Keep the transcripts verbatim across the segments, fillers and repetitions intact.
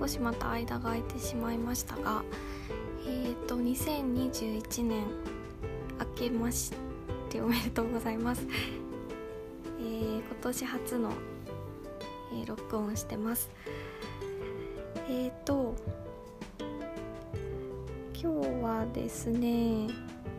少しまた間が空いてしまいましたが、えーとにせんにじゅういちねん明けましておめでとうございます。えー、今年初の、えー、録音してます。えーと今日はですね、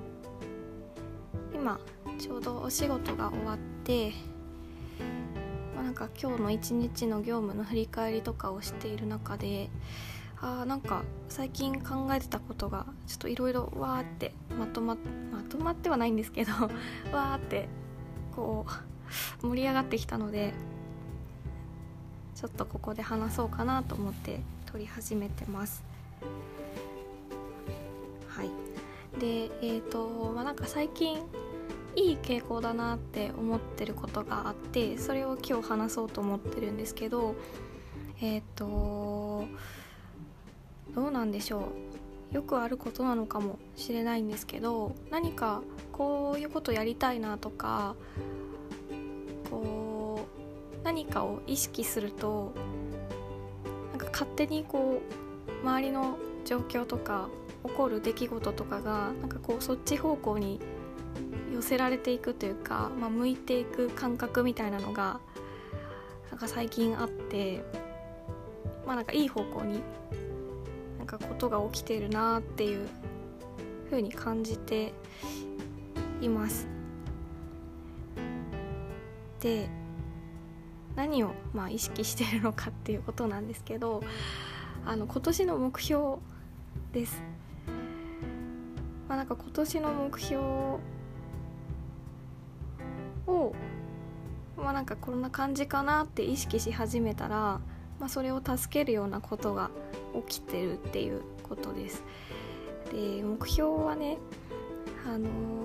今ちょうどお仕事が終わって、まあ、なんか今日の一日の業務の振り返りとかをしている中で、あーなんか最近考えてたことがちょっといろいろわーってまとままとまってはないんですけどわーってこう盛り上がってきたので、ちょっとここで話そうかなと思って撮り始めてます。はい。で、えーとまあ、なんか最近いい傾向だなって思ってることがあって、それを今日話そうと思ってるんですけど、えっとどうなんでしょう、よくあることなのかもしれないんですけど、何かこういうことやりたいなとか、こう何かを意識すると、なんか勝手にこう周りの状況とか起こる出来事とかがなんかこうそっち方向に寄せられていくというか、まあ、向いていく感覚みたいなのがなんか最近あって、まあなんかいい方向になんかことが起きているなっていう風に感じています。で、何をまあ意識しているのかっていうことなんですけど、あの今年の目標です。まあなんか今年の目標をまあなんかこんな感じかなって意識し始めたら、まあ、それを助けるようなことが起きてるっていうことです。で、目標はね、あの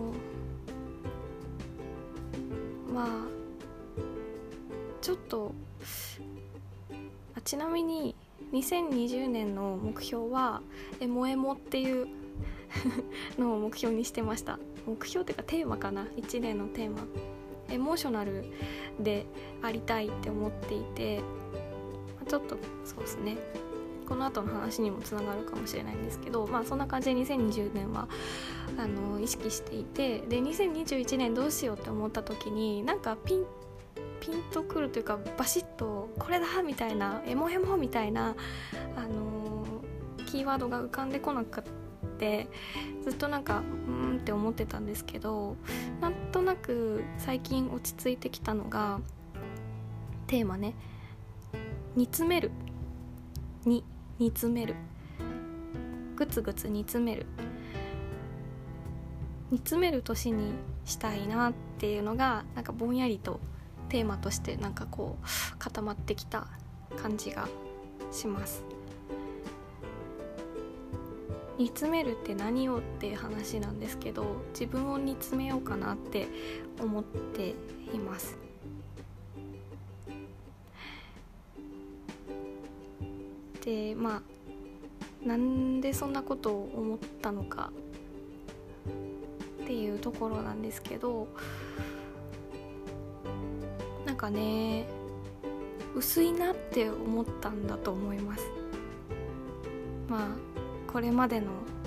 ー、まあちょっとあちなみににせんにじゅうねんの目標はエモエモっていうのを目標にしてました。目標っていうかテーマかな、いちねんのテーマ、エモーショナルでありたいって思っていて、ちょっとそうですね、この後の話にもつながるかもしれないんですけど、まあそんな感じでにせんにじゅうねんはあの意識していて、でにせんにじゅういちねんどうしようって思った時になんかピンピンとくるというか、バシッとこれだみたいな、エモエモみたいな、あのー、キーワードが浮かんでこなくて、ずっとなんかうーんって思ってたんですけど、なんとなく最近落ち着いてきたのがテーマね、煮詰めるに煮詰める、ぐつぐつ煮詰める、煮詰める年にしたいなっていうのがなんかぼんやりとテーマとしてなんかこう固まってきた感じがします。煮詰めるって何をっていう話なんですけど、自分を煮詰めようかなって思っています。で、まあなんでそんなことを思ったのかっていうところなんですけど、なんかね、薄いなって思ったんだと思います。まあこれまでの、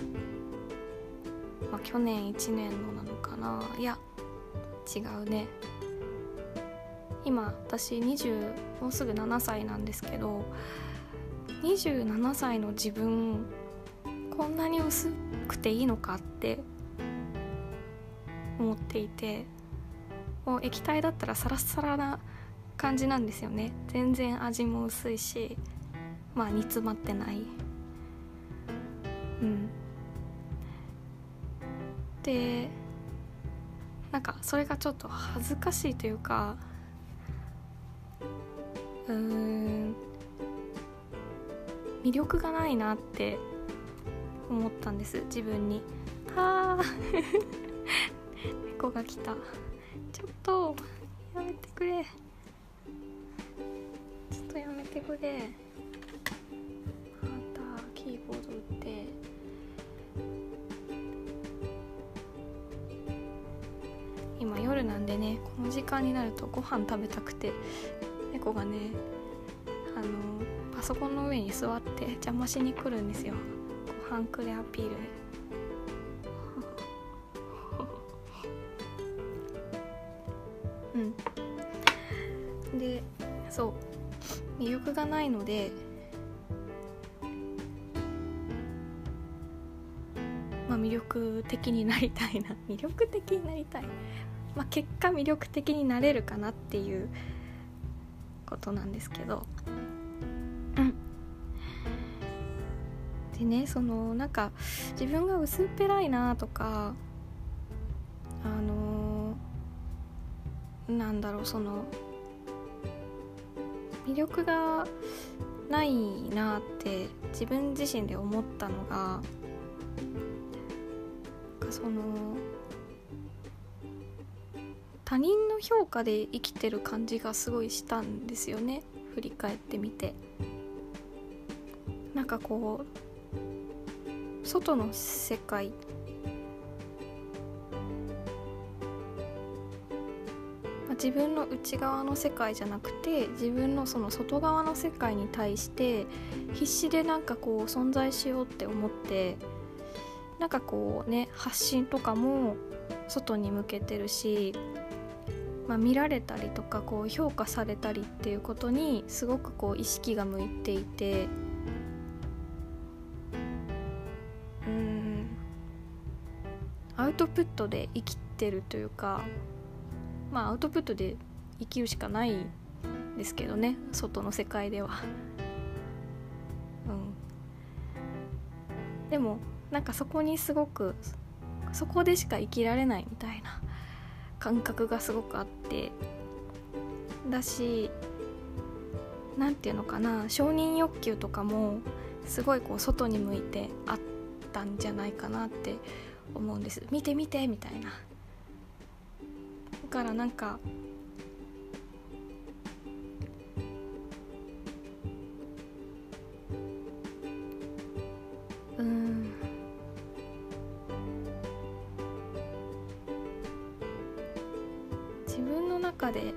まあ、去年いちねんのなのかな、いや違うね、今私にじゅうもうすぐななさいなんですけど、にじゅうななさいの自分こんなに薄くていいのかって思っていて、もう液体だったらサラッサラな感じなんですよね。全然味も薄いし、まあ煮詰まってない。うんで、なんかそれがちょっと恥ずかしいというか、うーん魅力がないなって思ったんです、自分に。あー猫が来た。ちょっとやめてくれ、ちょっとやめてくれ。またキーボード打って、今夜なんでね、この時間になるとご飯食べたくて、猫がね、あのパそこの上に座って邪魔しに来るんですよ。ご飯くれアピールでうんで、そう魅力がないので、まあ魅力的になりたいな魅力的になりたいまあ結果魅力的になれるかなっていうことなんですけど、うんでね、そのなんか自分が薄っぺらいなとか、あのー、なんだろうその魅力がないなって自分自身で思ったのが、なんかその他人の評価で生きてる感じがすごいしたんですよね、振り返ってみて。なんかこう外の世界、まあ、自分の内側の世界じゃなくて自分のその外側の世界に対して必死でなんかこう存在しようって思って、なんかこうね発信とかも外に向けてるし、まあ、見られたりとかこう評価されたりっていうことにすごくこう意識が向いていて、うーんアウトプットで生きてるというか、まあアウトプットで生きるしかないんですけどね、外の世界ではうんでもなんかそこにすごくそこでしか生きられないみたいな感覚がすごくあって、だしなんていうのかな、承認欲求とかもすごいこう外に向いてあったんじゃないかなって思うんです。見て見てみたいな。だからなんかうーん自分の中で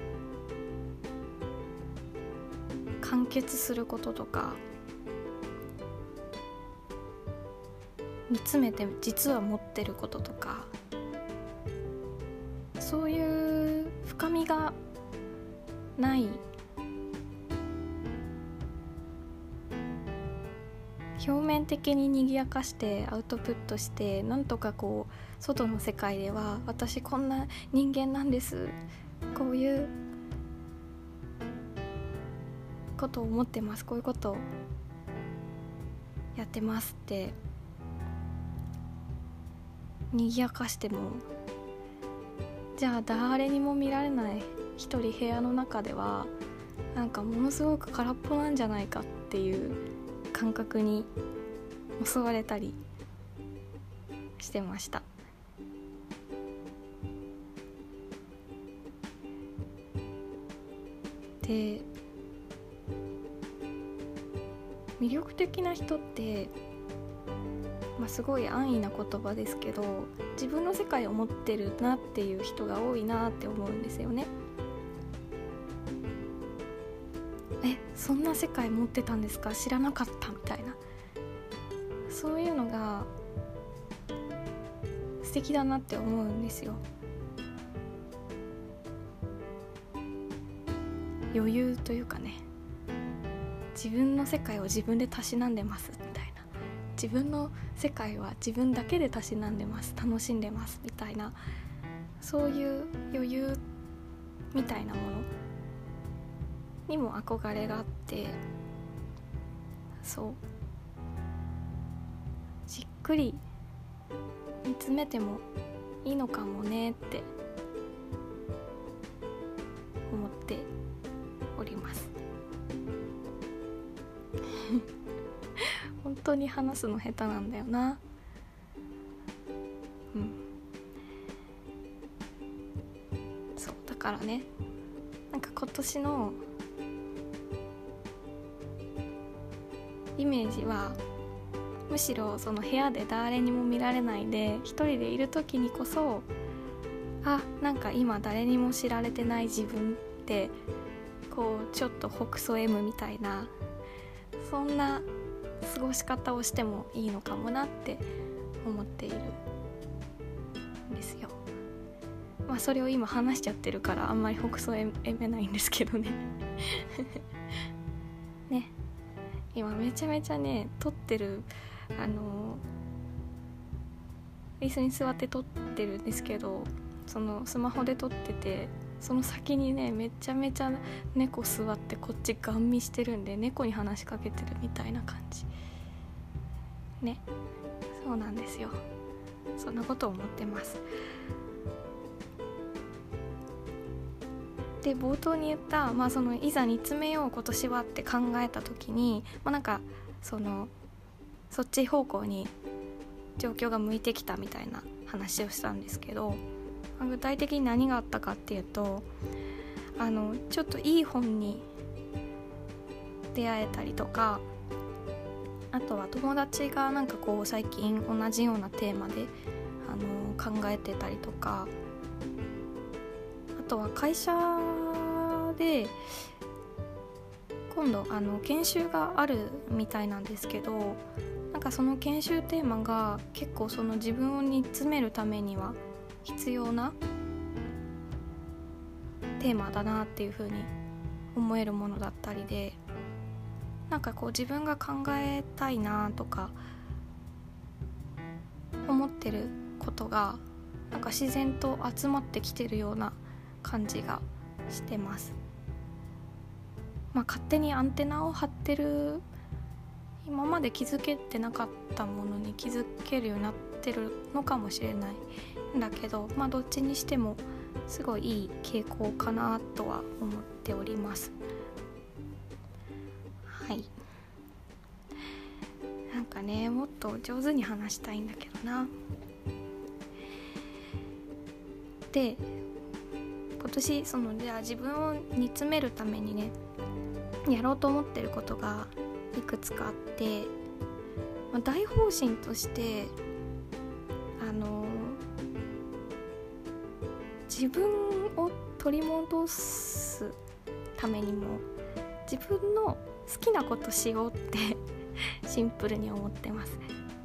完結することとか見つめて実は持ってることとか、そういう深みがない表面的に賑やかしてアウトプットしてなんとかこう外の世界では私こんな人間なんです、こういうことを思ってます、こういうことをやってますって賑やかしても、じゃあ誰にも見られない一人部屋の中ではなんかものすごく空っぽなんじゃないかっていう感覚に襲われたりしてました。で、魅力的な人って、まあ、すごい安易な言葉ですけど自分の世界を持ってるなっていう人が多いなって思うんですよね。え、そんな世界持ってたんですか、知らなかったみたいな、そういうのが素敵だなって思うんですよ。余裕というかね、自分の世界を自分でたしなんでますみたいな、自分の世界は自分だけでたしなんでます、楽しんでますみたいな、そういう余裕みたいなものにも憧れがあって、そうじっくり見つめてもいいのかもねって思っております本当に話すの下手なんだよな。うんそうだからね、なんか今年のイメージはむしろその部屋で誰にも見られないで一人でいる時にこそ、あ、なんか今誰にも知られてない自分ってこうちょっとほくそ笑むみたいなそんな過ごし方をしてもいいのかもなって思っているんですよ。まあそれを今話しちゃってるからあんまり北総えめないんですけどねね、今めちゃめちゃね撮ってるあの椅子に座って撮ってるんですけど、そのスマホで撮ってて、その先にねめちゃめちゃ猫座ってこっちガン見してるんで、猫に話しかけてるみたいな感じね。そうなんですよ、そんなことを思ってます。で冒頭に言った、まあ、そのいざ煮詰めよう今年はって考えた時に、まあ、なんかそのそっち方向に状況が向いてきたみたいな話をしたんですけど、具体的に何があったかっていうと、あのちょっといい本に出会えたりとか、あとは友達がなんかこう最近同じようなテーマであの考えてたりとか、あとは会社で今度あの研修があるみたいなんですけど、なんかその研修テーマが結構その自分を煮詰めるためには必要なテーマだなっていう風に思えるものだったりで、なんかこう自分が考えたいなとか思ってることがなんか自然と集まってきてるような感じがしてます。まあ勝手にアンテナを張ってる、今まで気づけてなかったものに気づけるようになってるのかもしれないんだけど、まあどっちにしてもすごいいい傾向かなとは思っております。はい、なんかねもっと上手に話したいんだけどな。で今年そのじゃあ自分を煮詰めるためにねやろうと思ってることがいくつかあって、まあ、大方針としてあの自分を取り戻すためにも自分の好きなことしようってシンプルに思ってます。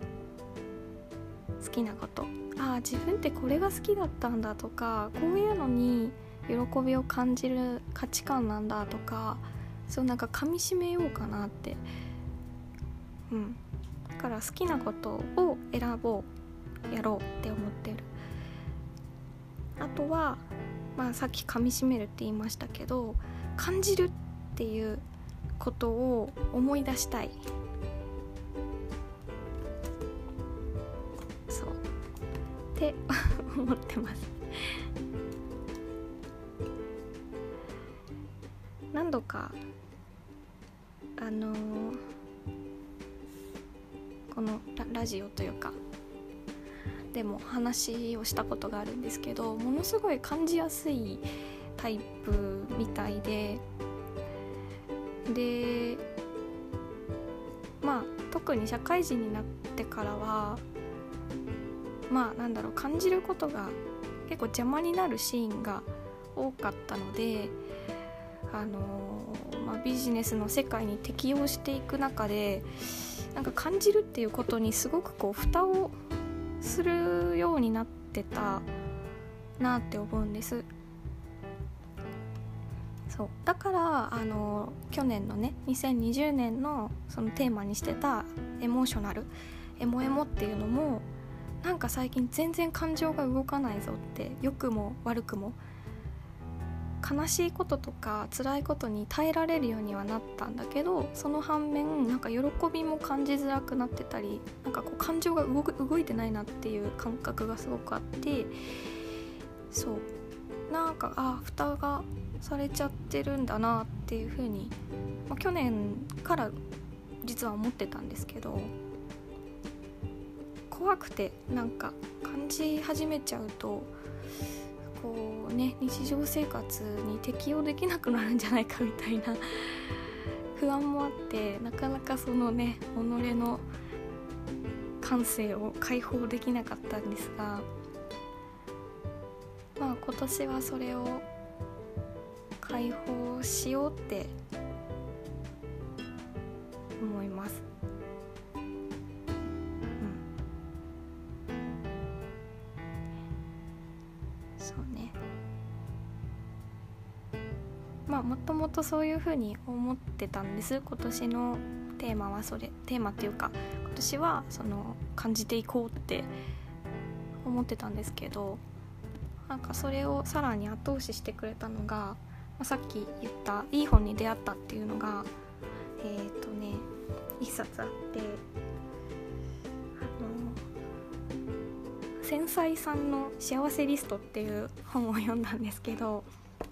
好きなこと、ああ自分ってこれが好きだったんだとか、こういうのに喜びを感じる価値観なんだとか、そうなんか噛み締めようかなって、うん、だから好きなことを選ぼう、やろうって思ってる。あとは、まあ、さっき噛み締めるって言いましたけど、感じるっていうことを思い出したい。そうって思ってます。何度かあのー、この ラ, ラジオというかでも話をしたことがあるんですけど、ものすごい感じやすいタイプみたいで、でまあ特に社会人になってからはまあなんだろう、感じることが結構邪魔になるシーンが多かったので、あのーまあ、ビジネスの世界に適応していく中でなんか感じるっていうことにすごくこう蓋をするようになってたなって思うんです。そうだからあの去年のねにせんにじゅうねんのそのテーマにしてたエモーショナル、エモエモっていうのもなんか最近全然感情が動かないぞって、良くも悪くも悲しいこととか辛いことに耐えられるようにはなったんだけど、その反面なんか喜びも感じづらくなってたり、なんかこう感情が動く、動いてないなっていう感覚がすごくあって、そうなんかあ蓋がされちゃってるんだなっていう風に、まあ、去年から実は思ってたんですけど、怖くてなんか感じ始めちゃうとこうね日常生活に適応できなくなるんじゃないかみたいな不安もあって、なかなかそのね己の感性を解放できなかったんですが、まあ今年はそれを解放しようって思います。うん、そうね。まあもともとそういうふうに思ってたんです。今年のテーマはそれテーマっていうか今年はその感じていこうって思ってたんですけど、なんかそれをさらに後押ししてくれたのが、まあ、さっき言ったいい本に出会ったっていうのがえっ、ー、とね一冊あって、あの繊細さんの幸せリストっていう本を読んだんですけど、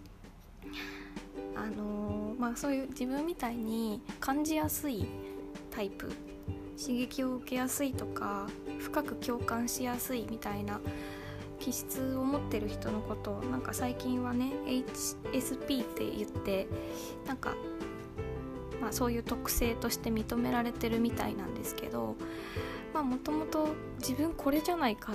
あのまあそういう自分みたいに感じやすいタイプ、刺激を受けやすいとか深く共感しやすいみたいな気質を持ってる人のことをなんか最近はね エイチエスピー って言ってなんか、まあ、そういう特性として認められてるみたいなんですけど、まあもともと自分これじゃないかって、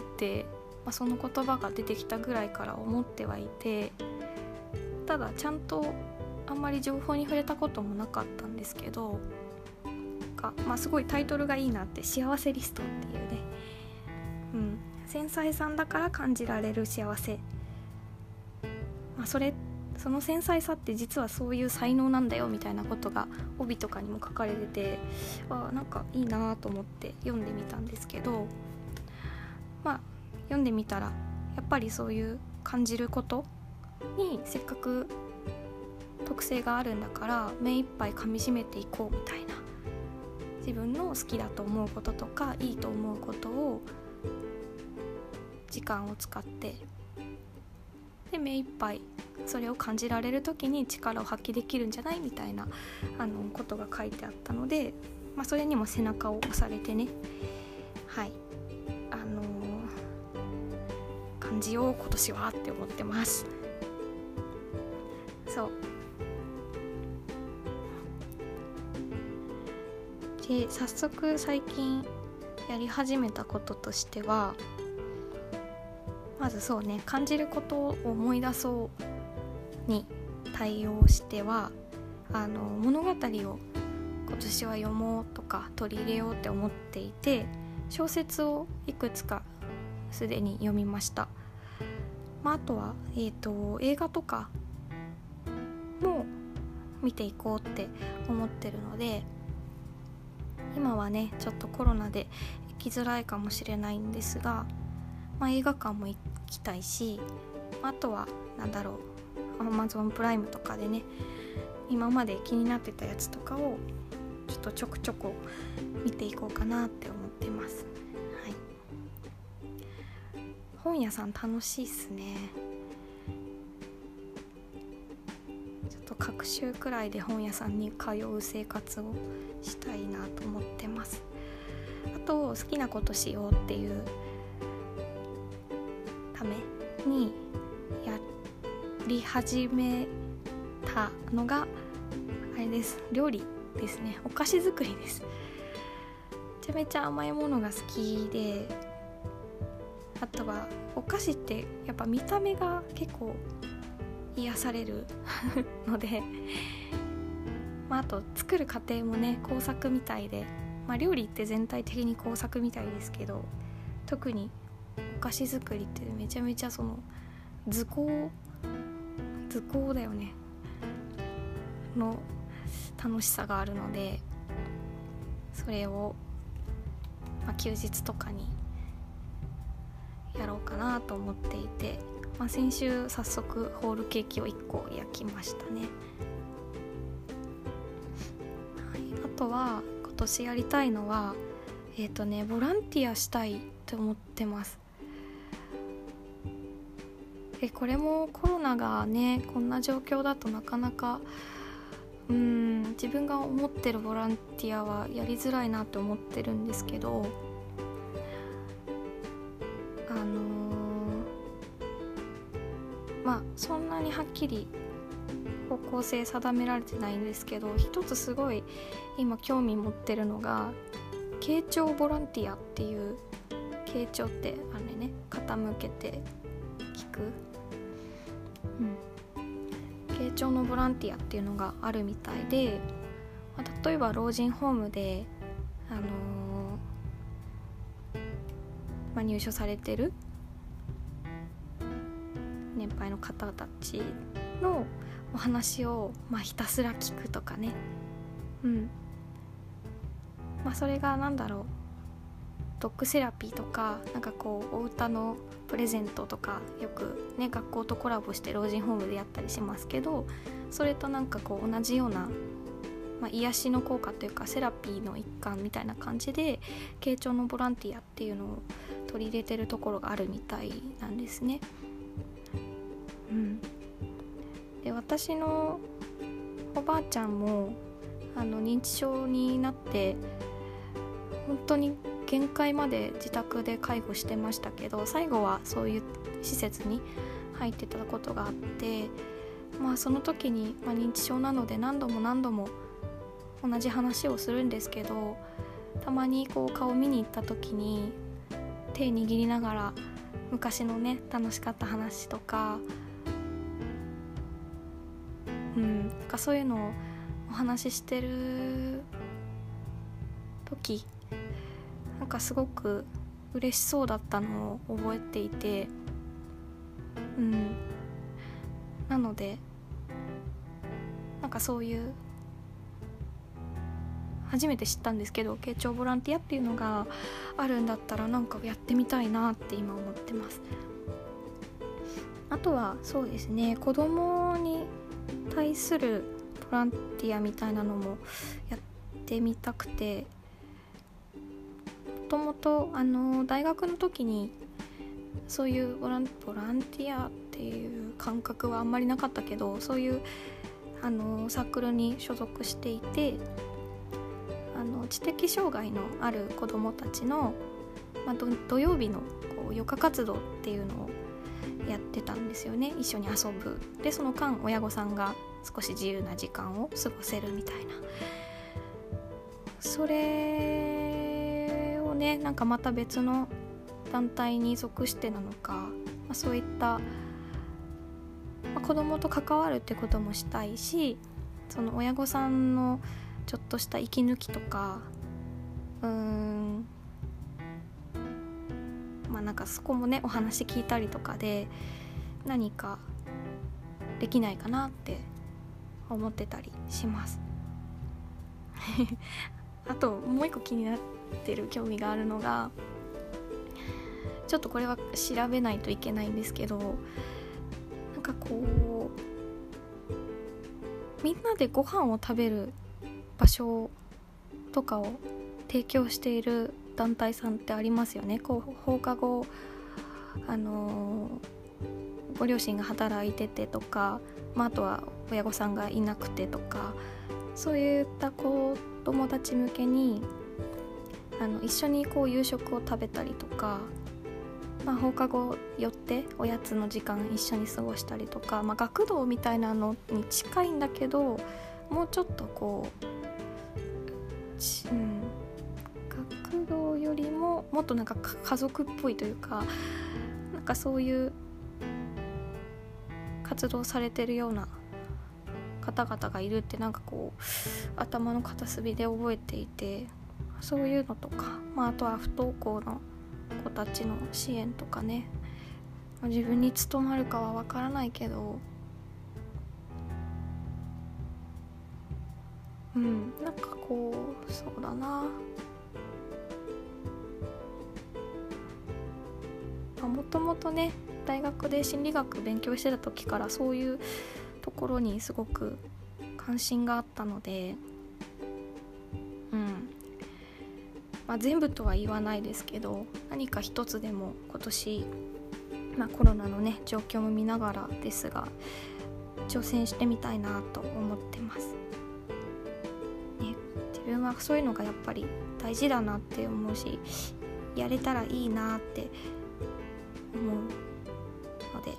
まあ、その言葉が出てきたぐらいから思ってはいて、ただちゃんとあんまり情報に触れたこともなかったんですけど、か、まあ、すごいタイトルがいいなって、幸せリストっていうね、うん、繊細さんだから感じられる幸せ、まあ、それその繊細さって実はそういう才能なんだよみたいなことが帯とかにも書かれてて、あなんかいいなと思って読んでみたんですけど、まあ読んでみたらやっぱりそういう感じることにせっかく特性があるんだから目いっぱい噛み締めていこうみたいな、自分の好きだと思うこととかいいと思うことを時間を使ってで目いっぱいそれを感じられる時に力を発揮できるんじゃないみたいなあのことが書いてあったので、まあ、それにも背中を押されてね、はいあのー、感じよう今年はって思ってます。そうで早速最近やり始めたこととしては、まずそうね、感じることを思い出そうに対応しては、あの物語を今年は読もうとか取り入れようって思っていて、小説をいくつかすでに読みました。まあ、あとは、えーと、映画とかも見ていこうって思ってるので、今はねちょっとコロナで行きづらいかもしれないんですが、まあ、映画館も行きたいし、あとはなんだろう Amazon プライムとかでね今まで気になってたやつとかをちょっとちょくちょく見ていこうかなって思ってます、はい、本屋さん楽しいっすね。ちょっと各週くらいで本屋さんに通う生活をしたいなと思ってます。あと好きなことしようっていうためにやり始めたのがあれです、料理ですね。お菓子作りです。めちゃめちゃ甘いものが好きで、あとはお菓子ってやっぱ見た目が結構癒されるので、まあ、あと作る過程もね工作みたいで、まあ、料理って全体的に工作みたいですけど、特にお菓子作りってめちゃめちゃその図工図工だよねの楽しさがあるので、それを、まあ、休日とかにやろうかなと思っていて、まあ、先週早速ホールケーキをいっこ焼きましたね、はい、あとは今年やりたいのはえっとねボランティアしたいと思ってます。でこれもコロナがねこんな状況だとなかなかうーん自分が思ってるボランティアはやりづらいなと思ってるんですけど、あのー、まあそんなにはっきり方向性定められてないんですけど、一つすごい今興味持ってるのが傾聴ボランティアっていう、傾聴ってあれね傾けて聞く、うん、傾聴のボランティアっていうのがあるみたいで、 まあ、例えば老人ホームで、あのーまあ、入所されてる年配の方たちのお話を、まあ、ひたすら聞くとかね、うんまあ、それがなんだろう、ドッグセラピーとか、なんかこうお歌のプレゼントとかよくね学校とコラボして老人ホームでやったりしますけど、それとなんかこう同じような、まあ、癒しの効果というかセラピーの一環みたいな感じで慶長のボランティアっていうのを取り入れてるところがあるみたいなんですね。うん、で私のおばあちゃんもあの認知症になって本当に限界まで自宅で介護してましたけど、最後はそういう施設に入ってたことがあって、まあその時に、まあ、認知症なので何度も何度も同じ話をするんですけど、たまにこう顔見に行った時に手握りながら昔のね楽しかった話とか、うん、なんかそういうのをお話ししてる時、なんかすごく嬉しそうだったのを覚えていて、うん、なのでなんかそういう初めて知ったんですけど、慶長ボランティアっていうのがあるんだったらなんかやってみたいなって今思ってます。あとはそうですね、子供に対するボランティアみたいなのもやってみたくて、もともとあの大学の時にそういうボラン、ボランティアっていう感覚はあんまりなかったけど、そういうあのサークルに所属していて、あの知的障害のある子どもたちの、まあ、土曜日のこう余暇活動っていうのをやってたんですよね。一緒に遊ぶ。でその間親御さんが少し自由な時間を過ごせるみたいな、それをねなんかまた別の団体に属してなのか、まあ、そういった、まあ、子供と関わるってこともしたいし、その親御さんのちょっとした息抜きとか、うーんまあなんかそこもねお話聞いたりとかで何かできないかなって思ってたりしますあともう一個気になってる興味があるのが、ちょっとこれは調べないといけないんですけど、なんかこうみんなでご飯を食べる場所とかを提供している団体さんってありますよね。こう放課後、あのー、ご両親が働いててとか、まあ、あとは親御さんがいなくてとか、そういった子供たち向けにあの一緒にこう夕食を食べたりとか、まあ、放課後寄っておやつの時間一緒に過ごしたりとか、まあ、学童みたいなのに近いんだけど、もうちょっとこう、うん、学童よりももっとなんか家族っぽいというか、なんかそういう活動されてるような方々がいるってなんかこう頭の片隅で覚えていて、そういうのとか、まあ、あとは不登校の子たちの支援とかね、まあ、自分に務まるかはわからないけど、うん、なんかこうそうだな、もともとね大学で心理学勉強してた時からそういうところにすごく関心があったので、うんまあ、全部とは言わないですけど、何か一つでも今年、まあ、コロナのね状況も見ながらですが挑戦してみたいなと思ってます、ね、自分はそういうのがやっぱり大事だなって思うし、やれたらいいなって思うので、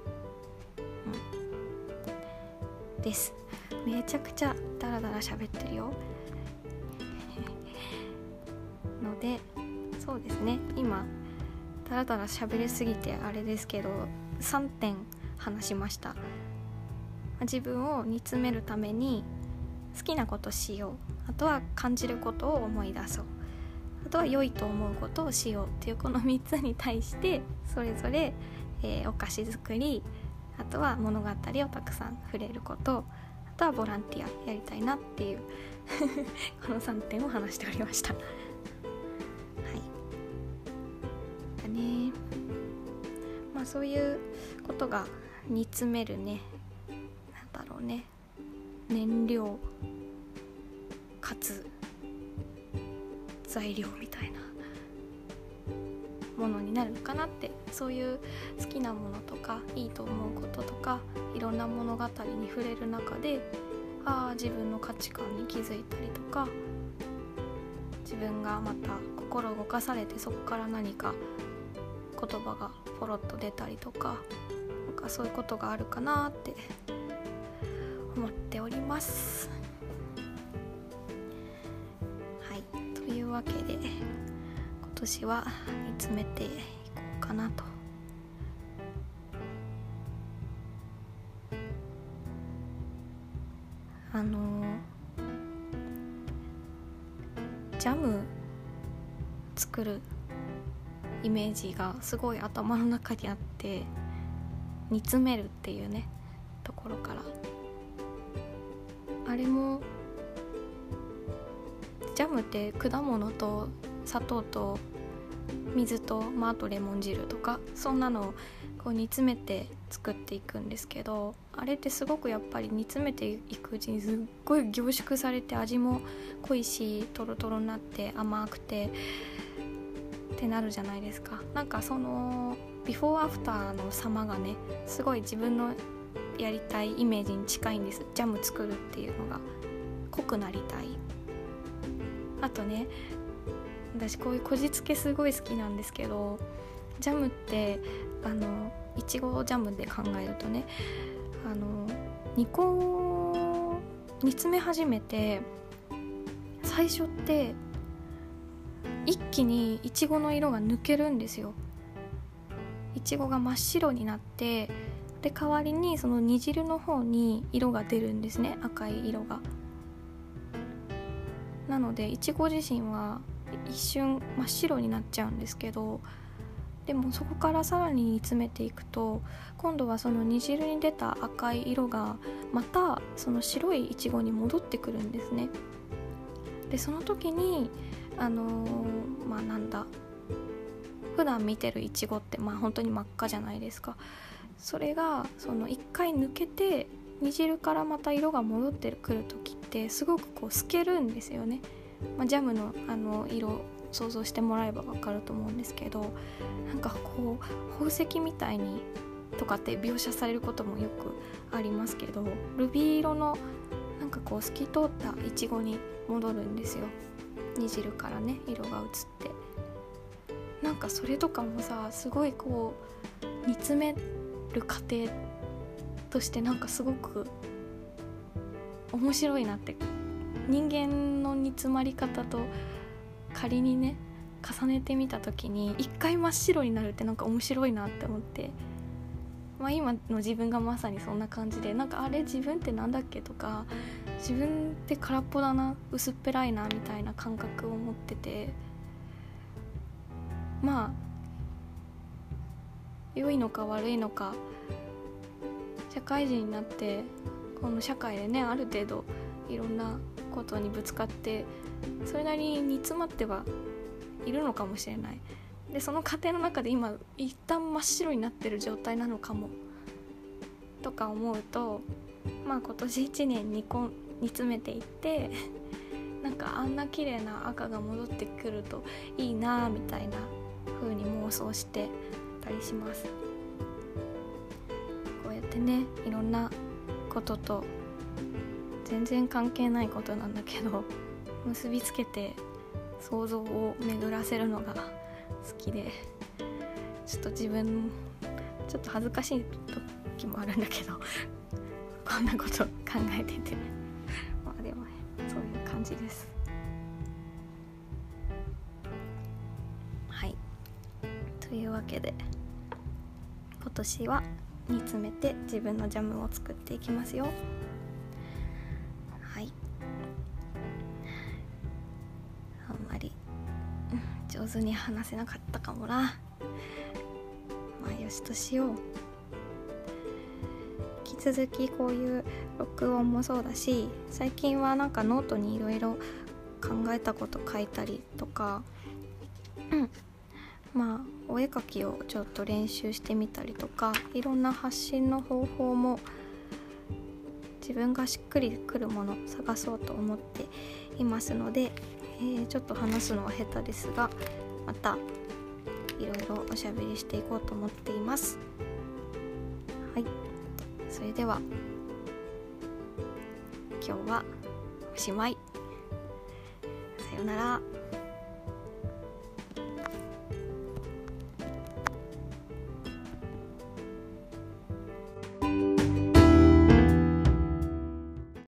うん、です。めちゃくちゃダラダラ喋ってるよので、そうですね、今ダラダラ喋りすぎてあれですけどさんてん話しました。自分を煮詰めるために好きなことしよう、あとは感じることを思い出そう、あとは良いと思うことをしようっていうこのみっつに対してそれぞれ、えー、お菓子作り、あとは物語をたくさん触れること、あとはボランティアやりたいなっていうこのさんてんを話しておりました。はいだね。まあそういうことが煮詰めるね、なんだろうね、燃料かつ材料みたいなものになるのかなって、そういう好きなものとかいいと思うこととかいろんな物語に触れる中で、ああ自分の価値観に気づいたりとか、自分がまた心動かされてそこから何か言葉がポロッと出たりとか、なんかそういうことがあるかなって思っております。はい、というわけで今年は見つめていこうかなと。あのジャム作るイメージがすごい頭の中にあって、煮詰めるっていうねところから、あれもジャムって果物と砂糖と水と、まあ、あとレモン汁とかそんなのをこう煮詰めて作っていくんですけど、あれってすごくやっぱり煮詰めていくうちにすっごい凝縮されて味も濃いしトロトロになって甘くてってなるじゃないですか。なんかそのビフォーアフターの様がねすごい自分のやりたいイメージに近いんです。ジャム作るっていうのが濃くなりたい。あとね、私こういうこじつけすごい好きなんですけど、ジャムってあのいちごジャムで考えるとね、あの煮こ煮詰め始めて最初って一気にいちごの色が抜けるんですよ。いちごが真っ白になって、で代わりにその煮汁の方に色が出るんですね、赤い色が。なのでいちご自身は一瞬真っ白になっちゃうんですけど、でもそこからさらに煮詰めていくと今度はその煮汁に出た赤い色がまたその白いいちごに戻ってくるんですね。でその時にあのー、まあなんだ普段見てるいちごってまあ本当に真っ赤じゃないですか。それがその一回抜けて煮汁からまた色が戻ってくる時ってすごくこう透けるんですよね。まあ、ジャムのあの色想像してもらえば分かると思うんですけど、なんかこう宝石みたいにとかって描写されることもよくありますけど、ルビー色のなんかこう透き通ったイチゴに戻るんですよ、煮汁からね色が移って。なんかそれとかもさすごいこう煮詰める過程としてなんかすごく面白いなって、人間の煮詰まり方と仮にね重ねてみた時に一回真っ白になるってなんか面白いなって思って、まあ、今の自分がまさにそんな感じで、なんかあれ自分ってなんだっけとか、自分って空っぽだな薄っぺらいなみたいな感覚を持ってて、まあ良いのか悪いのか社会人になってこの社会でねある程度いろんなことにぶつかってそれなりに煮詰まってはいるのかもしれない。でその過程の中で今一旦真っ白になってる状態なのかもとか思うと、まあ今年いちねん煮こ煮詰めていってなんかあんな綺麗な赤が戻ってくるといいなみたいな風に妄想してたりします。こうやってねいろんなことと全然関係ないことなんだけど結びつけて想像を巡らせるのが好きで、ちょっと自分ちょっと恥ずかしい時もあるんだけどこんなこと考えててまあでもねそういう感じです。はい、というわけで今年は煮詰めて自分のジャムを作っていきますよ。はい、 上手に話せなかったかもな。まあよしとしよう。引き続きこういう録音もそうだし、最近はなんかノートにいろいろ考えたこと書いたりとか、うんまあお絵描きをちょっと練習してみたりとか、いろんな発信の方法も自分がしっくりくるものを探そうと思っていますので、えー、ちょっと話すのは下手ですが、またいろいろおしゃべりしていこうと思っています。はい、それでは今日はおしまい。さようなら。